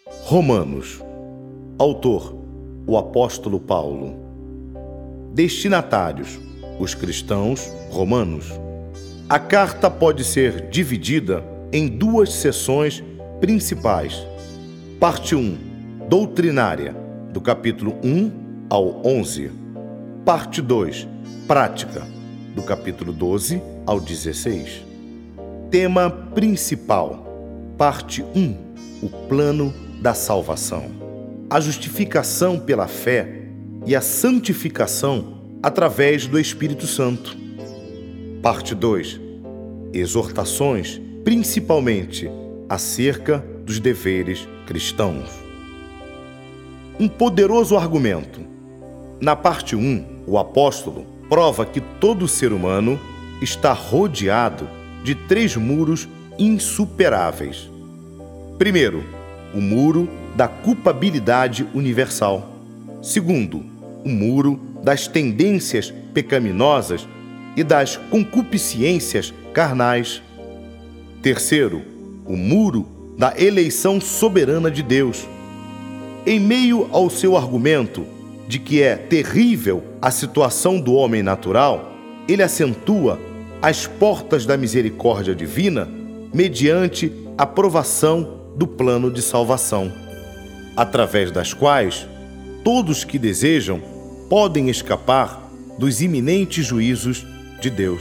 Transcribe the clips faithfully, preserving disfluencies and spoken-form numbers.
Romanos. Autor: o apóstolo Paulo. Destinatários: os cristãos romanos. A carta pode ser dividida em duas seções principais. Parte um, doutrinária, do capítulo um ao onze. Parte dois, prática, do capítulo doze ao dezesseis. Tema principal. Parte um, o plano da salvação. A justificação pela fé e a santificação através do Espírito Santo. Parte dois, exortações, principalmente acerca dos deveres cristãos. Um poderoso argumento. Na parte um, o apóstolo prova que todo ser humano está rodeado de três muros insuperáveis. Primeiro, o muro da culpabilidade universal. Segundo, o muro das tendências pecaminosas e das concupiscências carnais. Terceiro, o muro da eleição soberana de Deus. Em meio ao seu argumento de que é terrível a situação do homem natural, ele acentua as portas da misericórdia divina mediante a aprovação do plano de salvação, através das quais todos que desejam podem escapar dos iminentes juízos de Deus.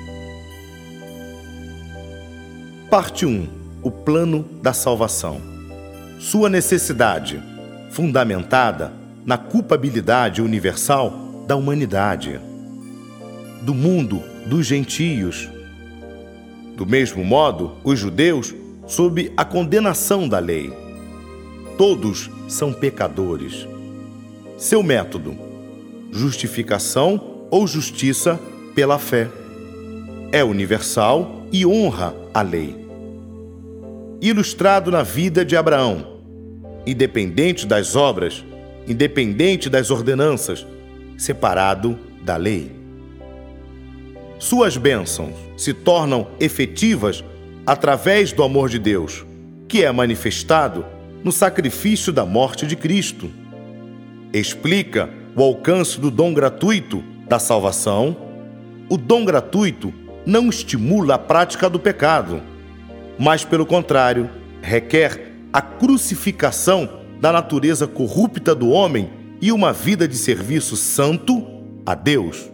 Parte um. O plano da salvação. Sua necessidade, fundamentada na culpabilidade universal da humanidade, do mundo dos gentios. Do mesmo modo, os judeus sob a condenação da lei. Todos são pecadores. Seu método: justificação ou justiça pela fé. É universal e honra a lei. Ilustrado na vida de Abraão, independente das obras, independente das ordenanças, separado da lei. Suas bênçãos se tornam efetivas através do amor de Deus, que é manifestado no sacrifício da morte de Cristo. Explica o alcance do dom gratuito da salvação. O dom gratuito não estimula a prática do pecado, mas, pelo contrário, requer a crucificação da natureza corrupta do homem e uma vida de serviço santo a Deus.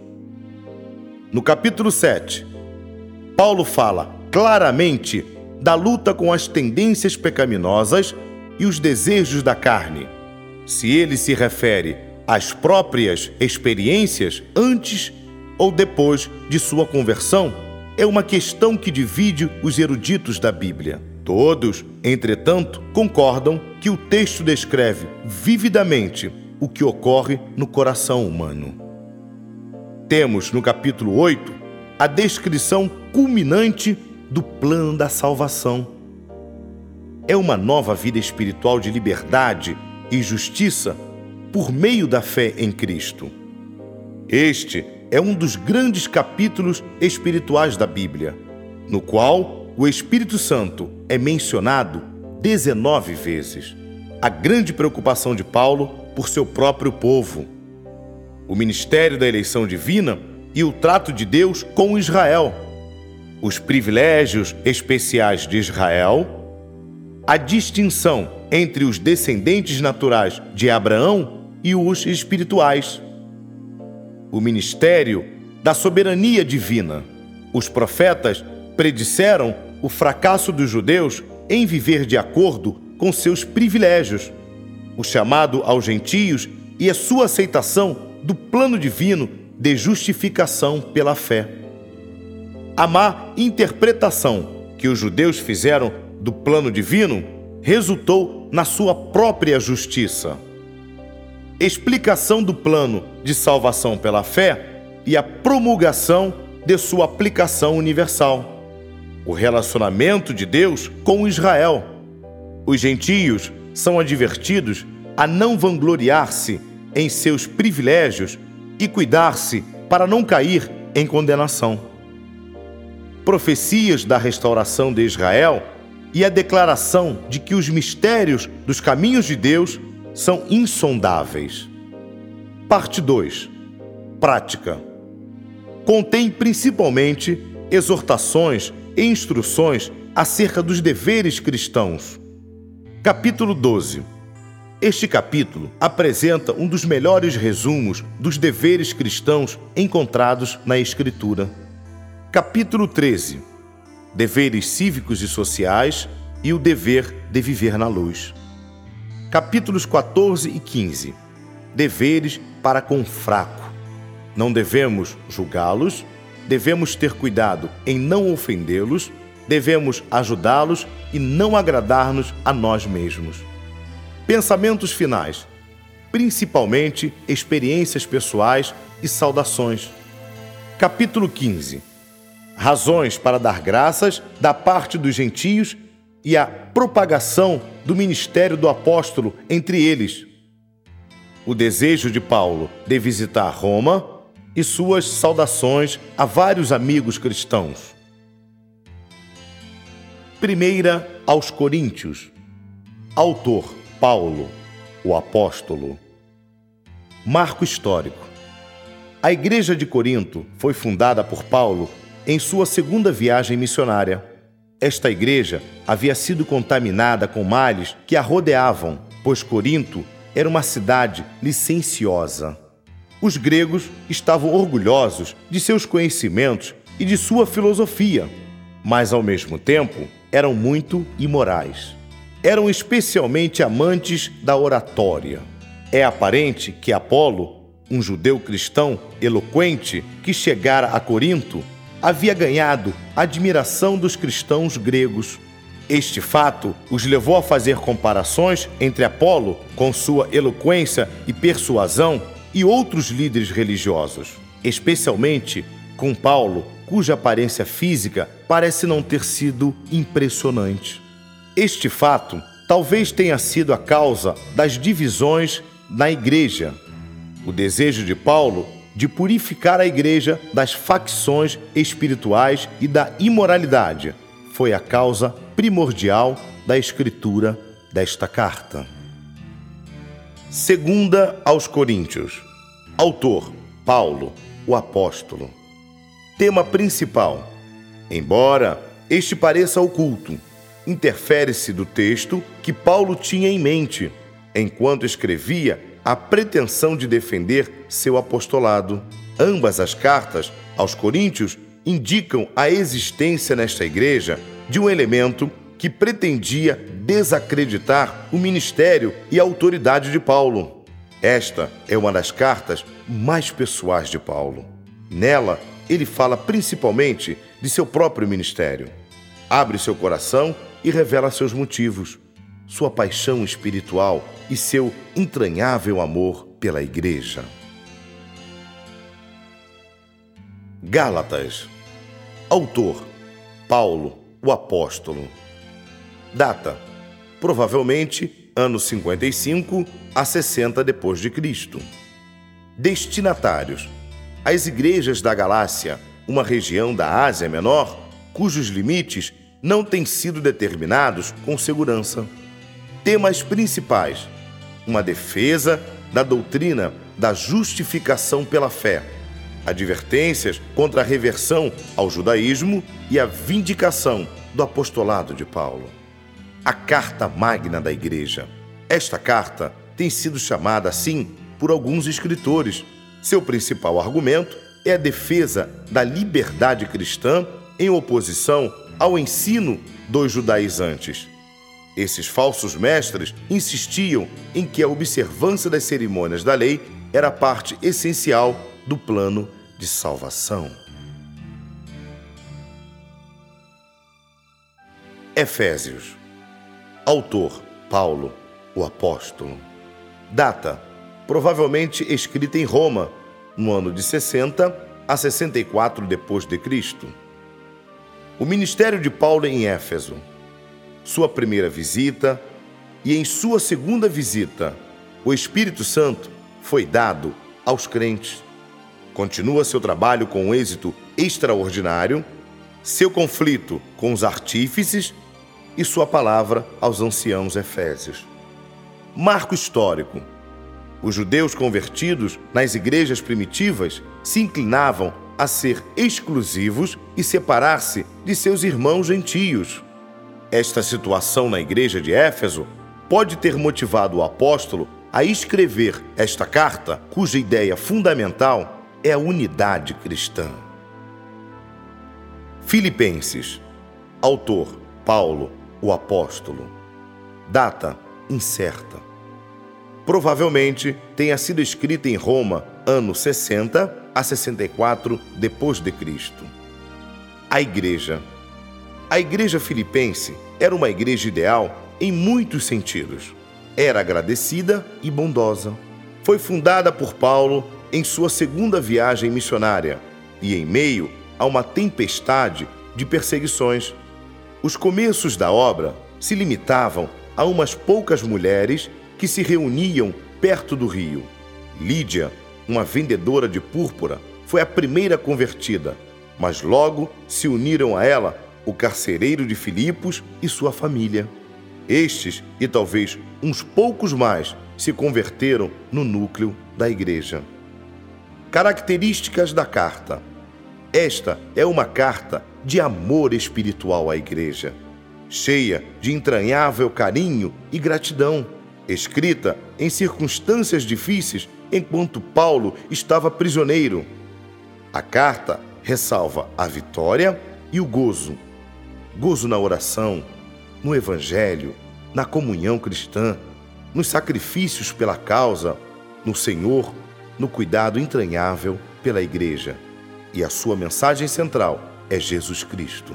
No capítulo sete, Paulo fala claramente da luta com as tendências pecaminosas e os desejos da carne. Se ele se refere às próprias experiências antes ou depois de sua conversão, é uma questão que divide os eruditos da Bíblia. Todos, entretanto, concordam que o texto descreve vividamente o que ocorre no coração humano. Temos no capítulo oito a descrição culminante do plano da salvação. É uma nova vida espiritual de liberdade e justiça por meio da fé em Cristo. Este é um dos grandes capítulos espirituais da Bíblia, no qual o Espírito Santo é mencionado dezenove vezes. A grande preocupação de Paulo por seu próprio povo, o ministério da eleição divina e o trato de Deus com Israel, os privilégios especiais de Israel, a distinção entre os descendentes naturais de Abraão e os espirituais, o ministério da soberania divina. Os profetas predisseram o fracasso dos judeus em viver de acordo com seus privilégios, o chamado aos gentios e a sua aceitação do plano divino de justificação pela fé. A má interpretação que os judeus fizeram do plano divino resultou na sua própria justiça. Explicação do plano de salvação pela fé e a promulgação de sua aplicação universal. O relacionamento de Deus com Israel. Os gentios são advertidos a não vangloriar-se em seus privilégios e cuidar-se para não cair em condenação. Profecias da restauração de Israel e a declaração de que os mistérios dos caminhos de Deus são insondáveis. Parte dois. Prática. Contém principalmente exortações e instruções acerca dos deveres cristãos. Capítulo doze. Este capítulo apresenta um dos melhores resumos dos deveres cristãos encontrados na Escritura. Capítulo treze. Deveres cívicos e sociais e o dever de viver na luz. Capítulos quatorze e quinze. Deveres para com o fraco. Não devemos julgá-los, devemos ter cuidado em não ofendê-los, devemos ajudá-los e não agradar-nos a nós mesmos. Pensamentos finais, principalmente experiências pessoais e saudações. Capítulo quinze. Razões para dar graças da parte dos gentios e a propagação do ministério do apóstolo entre eles. O desejo de Paulo de visitar Roma e suas saudações a vários amigos cristãos. Primeira aos Coríntios. Autor Paulo, o apóstolo. Marco histórico. A igreja de Corinto foi fundada por Paulo em sua segunda viagem missionária. Esta igreja havia sido contaminada com males que a rodeavam, pois Corinto era uma cidade licenciosa. Os gregos estavam orgulhosos de seus conhecimentos e de sua filosofia, mas ao mesmo tempo eram muito imorais. Eram especialmente amantes da oratória. É aparente que Apolo, um judeu cristão eloquente que chegara a Corinto, havia ganhado a admiração dos cristãos gregos. Este fato os levou a fazer comparações entre Apolo, com sua eloquência e persuasão, e outros líderes religiosos, especialmente com Paulo, cuja aparência física parece não ter sido impressionante. Este fato talvez tenha sido a causa das divisões na igreja. O desejo de Paulo de purificar a igreja das facções espirituais e da imoralidade foi a causa primordial da escritura desta carta. Segunda aos Coríntios. Autor Paulo, o apóstolo. Tema principal. Embora este pareça oculto, interfere-se do texto que Paulo tinha em mente, enquanto escrevia a pretensão de defender seu apostolado. Ambas as cartas aos Coríntios indicam a existência nesta igreja de um elemento que pretendia desacreditar o ministério e a autoridade de Paulo. Esta é uma das cartas mais pessoais de Paulo. Nela, ele fala principalmente de seu próprio ministério. Abre seu coração e revela seus motivos, sua paixão espiritual e seu entranhável amor pela igreja. Gálatas. Autor Paulo, o apóstolo. Data: provavelmente anos cinquenta e cinco a sessenta depois de Cristo. Destinatários: as igrejas da Galácia, uma região da Ásia Menor, cujos limites não têm sido determinados com segurança. Temas principais: uma defesa da doutrina da justificação pela fé, advertências contra a reversão ao judaísmo e a vindicação do apostolado de Paulo. A Carta Magna da Igreja. Esta carta tem sido chamada assim por alguns escritores. Seu principal argumento é a defesa da liberdade cristã em oposição ao ensino dos judaizantes. Esses falsos mestres insistiam em que a observância das cerimônias da lei era parte essencial do plano de salvação. Efésios. Autor Paulo, o apóstolo. Data: provavelmente escrita em Roma, no ano de sessenta a sessenta e quatro depois de Cristo. O ministério de Paulo em Éfeso. Sua primeira visita e em sua segunda visita, o Espírito Santo foi dado aos crentes. Continua seu trabalho com um êxito extraordinário. Seu conflito com os artífices e sua palavra aos anciãos efésios. Marco histórico. Os judeus convertidos nas igrejas primitivas se inclinavam a ser exclusivos e separar-se de seus irmãos gentios. Esta situação na igreja de Éfeso pode ter motivado o apóstolo a escrever esta carta, cuja ideia fundamental é a unidade cristã. Filipenses. Autor: Paulo, o apóstolo. Data: incerta. Provavelmente tenha sido escrita em Roma, ano sessenta a sessenta e quatro depois de Cristo. A igreja. A igreja filipense era uma igreja ideal em muitos sentidos. Era agradecida e bondosa. Foi fundada por Paulo em sua segunda viagem missionária e em meio a uma tempestade de perseguições. Os começos da obra se limitavam a umas poucas mulheres que se reuniam perto do rio. Lídia, uma vendedora de púrpura, foi a primeira convertida, mas logo se uniram a ela o carcereiro de Filipos e sua família. Estes, e talvez uns poucos mais, se converteram no núcleo da igreja. Características da carta. Esta é uma carta de amor espiritual à igreja, cheia de entranhável carinho e gratidão, escrita em circunstâncias difíceis enquanto Paulo estava prisioneiro. A carta ressalva a vitória e o gozo. Gozo na oração, no evangelho, na comunhão cristã, nos sacrifícios pela causa, no Senhor, no cuidado entranhável pela igreja. E a sua mensagem central é Jesus Cristo.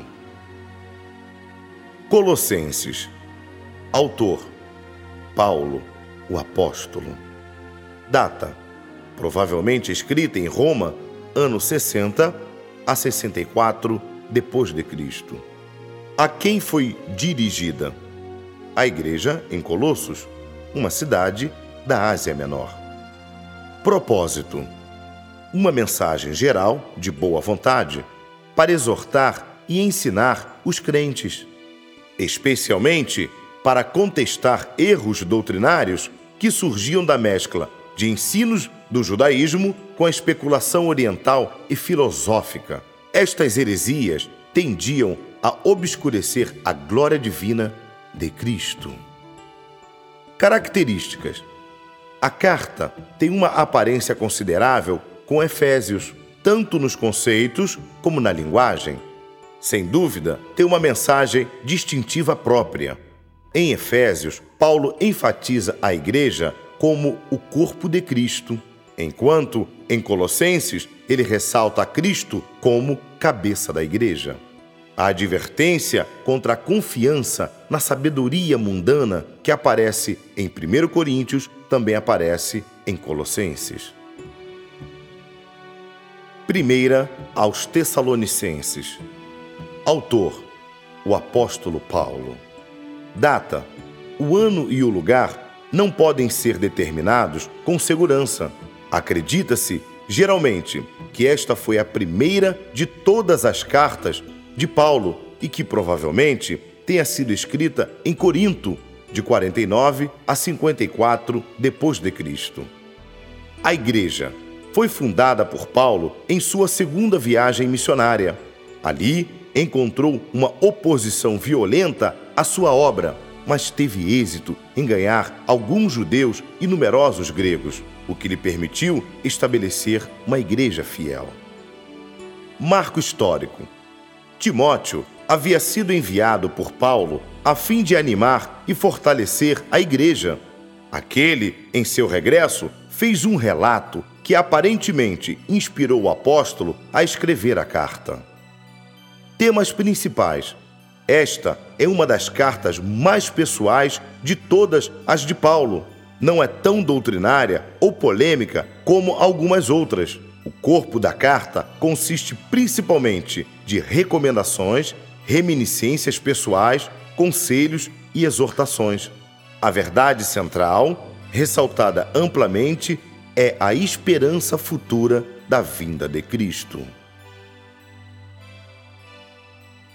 Colossenses. Autor: Paulo, o apóstolo. Data: provavelmente escrita em Roma, ano sessenta a sessenta e quatro depois de Cristo. A quem foi dirigida? A igreja em Colossos, uma cidade da Ásia Menor. Propósito: uma mensagem geral de boa vontade para exortar e ensinar os crentes, especialmente para contestar erros doutrinários que surgiam da mescla de ensinos do judaísmo com a especulação oriental e filosófica. Estas heresias tendiam a obscurecer a glória divina de Cristo. Características: a carta tem uma aparência considerável com Efésios, tanto nos conceitos como na linguagem. Sem dúvida, tem uma mensagem distintiva própria. Em Efésios, Paulo enfatiza a igreja como o corpo de Cristo, enquanto em Colossenses ele ressalta a Cristo como cabeça da igreja. A advertência contra a confiança na sabedoria mundana que aparece em primeiro Coríntios também aparece em Colossenses. Primeira aos Tessalonicenses. Autor: o apóstolo Paulo. Data: o ano e o lugar não podem ser determinados com segurança. Acredita-se, geralmente, que esta foi a primeira de todas as cartas de Paulo e que provavelmente tenha sido escrita em Corinto, de quarenta e nove a cinquenta e quatro depois de Cristo. A igreja foi fundada por Paulo em sua segunda viagem missionária. Ali, encontrou uma oposição violenta à sua obra, mas teve êxito em ganhar alguns judeus e numerosos gregos, o que lhe permitiu estabelecer uma igreja fiel. Marco histórico. Timóteo havia sido enviado por Paulo a fim de animar e fortalecer a igreja. Aquele, em seu regresso, fez um relato que aparentemente inspirou o apóstolo a escrever a carta. Temas principais. Esta é uma das cartas mais pessoais de todas as de Paulo. Não é tão doutrinária ou polêmica como algumas outras. O corpo da carta consiste principalmente de recomendações, reminiscências pessoais, conselhos e exortações. A verdade central, ressaltada amplamente, é a esperança futura da vinda de Cristo.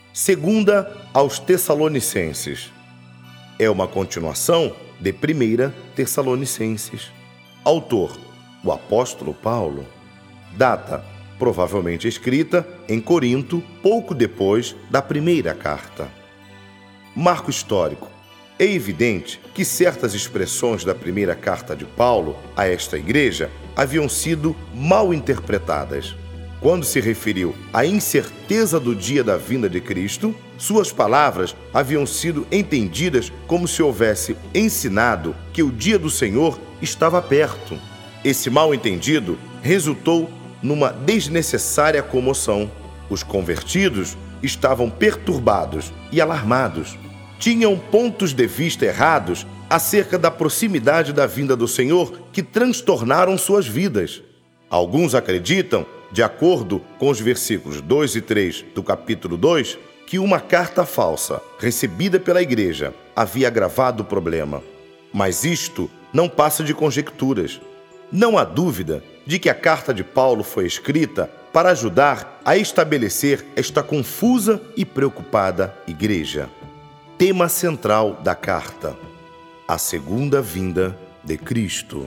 Segunda aos Tessalonicenses. É uma continuação de Primeira Tessalonicenses. Autor: o apóstolo Paulo. Data: provavelmente escrita em Corinto, pouco depois da primeira carta. Marco histórico. É evidente que certas expressões da primeira carta de Paulo a esta igreja haviam sido mal interpretadas. Quando se referiu à incerteza do dia da vinda de Cristo, suas palavras haviam sido entendidas como se houvesse ensinado que o dia do Senhor estava perto. Esse mal-entendido resultou numa desnecessária comoção. Os convertidos estavam perturbados e alarmados. Tinham pontos de vista errados acerca da proximidade da vinda do Senhor que transtornaram suas vidas. Alguns acreditam, de acordo com os versículos dois e três do capítulo dois, que uma carta falsa, recebida pela igreja, havia agravado o problema. Mas isto não passa de conjecturas. Não há dúvida de que a carta de Paulo foi escrita para ajudar a estabelecer esta confusa e preocupada igreja. Tema central da carta: a segunda vinda de Cristo.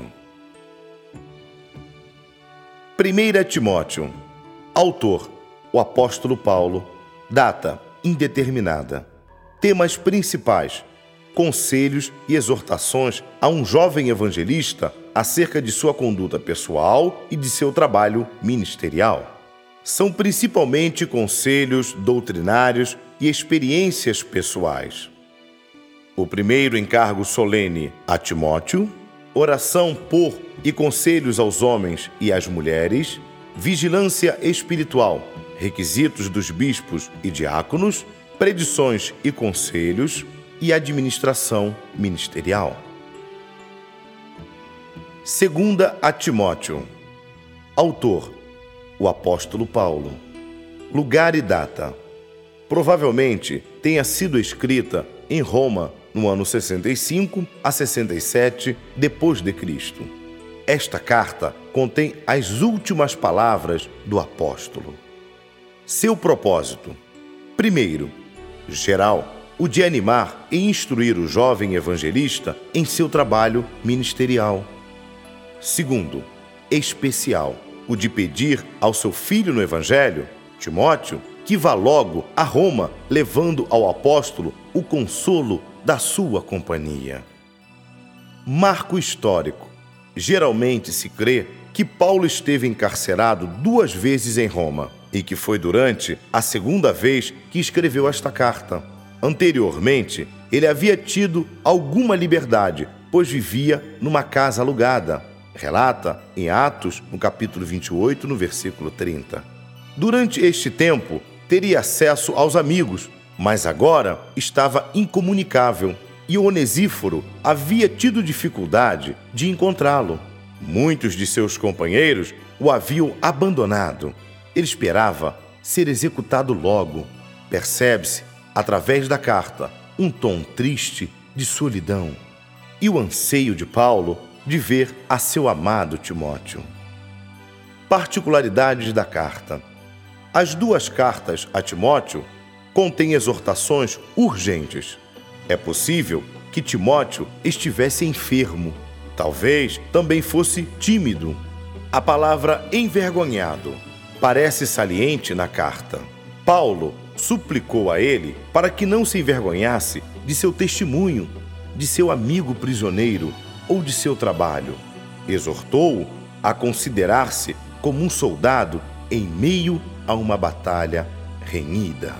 Primeira Timóteo. Autor: o apóstolo Paulo. Data: indeterminada. Temas principais: conselhos e exortações a um jovem evangelista acerca de sua conduta pessoal e de seu trabalho ministerial. São principalmente conselhos doutrinários e experiências pessoais. O primeiro encargo solene a Timóteo, oração por e conselhos aos homens e às mulheres, vigilância espiritual, requisitos dos bispos e diáconos, predições e conselhos e administração ministerial. Segunda a Timóteo. Autor: o apóstolo Paulo. Lugar e data: provavelmente tenha sido escrita em Roma no ano sessenta e cinco a sessenta e sete depois de Cristo. Esta carta contém as últimas palavras do apóstolo. Seu propósito: primeiro, geral, o de animar e instruir o jovem evangelista em seu trabalho ministerial. Segundo, especial, o de pedir ao seu filho no Evangelho, Timóteo, que vá logo a Roma, levando ao apóstolo o consolo da sua companhia. Marco histórico. Geralmente se crê que Paulo esteve encarcerado duas vezes em Roma e que foi durante a segunda vez que escreveu esta carta. Anteriormente, ele havia tido alguma liberdade, pois vivia numa casa alugada. Relata em Atos, no capítulo vinte e oito, no versículo trinta. Durante este tempo, teria acesso aos amigos, mas agora estava incomunicável e Onesíforo havia tido dificuldade de encontrá-lo. Muitos de seus companheiros o haviam abandonado. Ele esperava ser executado logo. Percebe-se, através da carta, um tom triste de solidão e o anseio de Paulo de ver a seu amado Timóteo. Particularidades da carta: as duas cartas a Timóteo contêm exortações urgentes. É possível que Timóteo estivesse enfermo, talvez também fosse tímido. A palavra envergonhado parece saliente na carta. Paulo suplicou a ele para que não se envergonhasse de seu testemunho, de seu amigo prisioneiro ou de seu trabalho. Exortou-o a considerar-se como um soldado em meio a uma batalha renhida.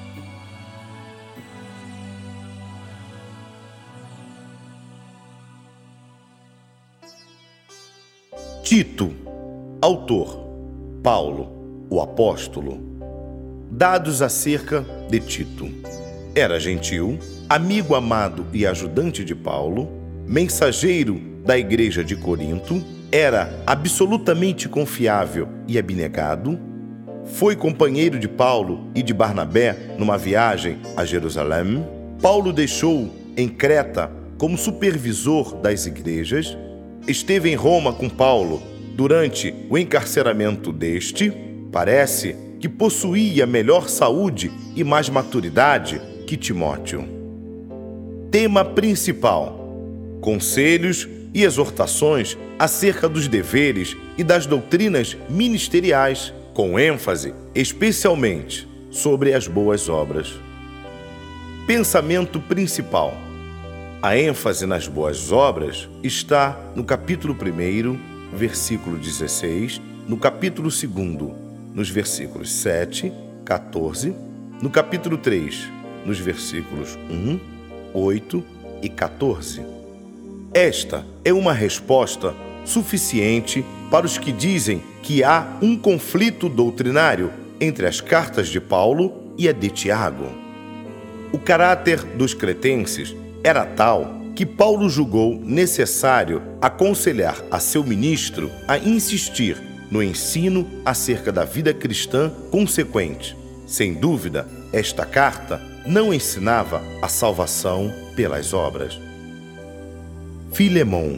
Tito. Autor: Paulo, o apóstolo. Dados acerca de Tito: era gentil, amigo amado e ajudante de Paulo, mensageiro da igreja de Corinto, era absolutamente confiável e abnegado, foi companheiro de Paulo e de Barnabé numa viagem a Jerusalém. Paulo deixou em Creta como supervisor das igrejas, esteve em Roma com Paulo durante o encarceramento deste. Parece que possuía melhor saúde e mais maturidade que Timóteo. Tema principal: conselhos e exortações acerca dos deveres e das doutrinas ministeriais, com ênfase especialmente sobre as boas obras. Pensamento principal: a ênfase nas boas obras está no capítulo primeiro, versículo dezesseis, no capítulo segundo, nos versículos sete, quatorze, no capítulo três, nos versículos um, oito e quatorze. Esta é uma resposta suficiente para os que dizem que há um conflito doutrinário entre as cartas de Paulo e a de Tiago. O caráter dos cretenses era tal que Paulo julgou necessário aconselhar a seu ministro a insistir no ensino acerca da vida cristã consequente. Sem dúvida, esta carta não ensinava a salvação pelas obras. Filemão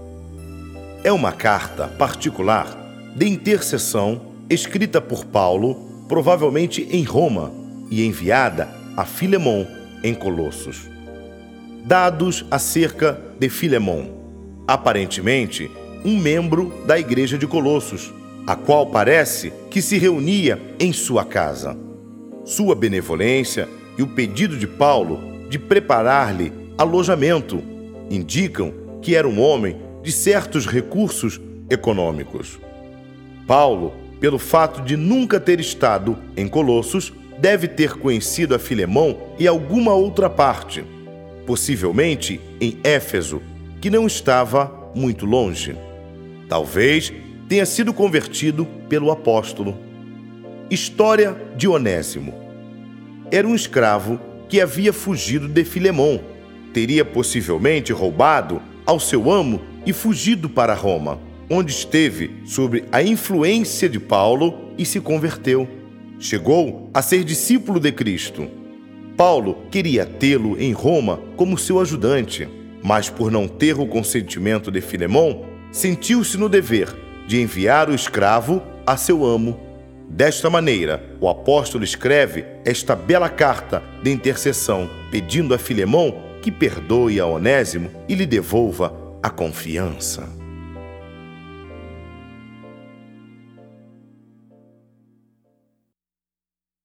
é uma carta particular de intercessão escrita por Paulo, provavelmente em Roma, e enviada a Filemão em Colossos. Dados acerca de Filemão: aparentemente um membro da igreja de Colossos, a qual parece que se reunia em sua casa. Sua benevolência e o pedido de Paulo de preparar-lhe alojamento indicam que era um homem de certos recursos econômicos. Paulo, pelo fato de nunca ter estado em Colossos, deve ter conhecido a Filemão em alguma outra parte, possivelmente em Éfeso, que não estava muito longe. Talvez tenha sido convertido pelo apóstolo. História de Onésimo. Era um escravo que havia fugido de Filemão. Teria possivelmente roubado ao seu amo e fugido para Roma, onde esteve sob a influência de Paulo e se converteu. Chegou a ser discípulo de Cristo. Paulo queria tê-lo em Roma como seu ajudante, mas por não ter o consentimento de Filemão, sentiu-se no dever de enviar o escravo a seu amo. Desta maneira, o apóstolo escreve esta bela carta de intercessão, pedindo a Filemão que perdoe a Onésimo e lhe devolva a confiança.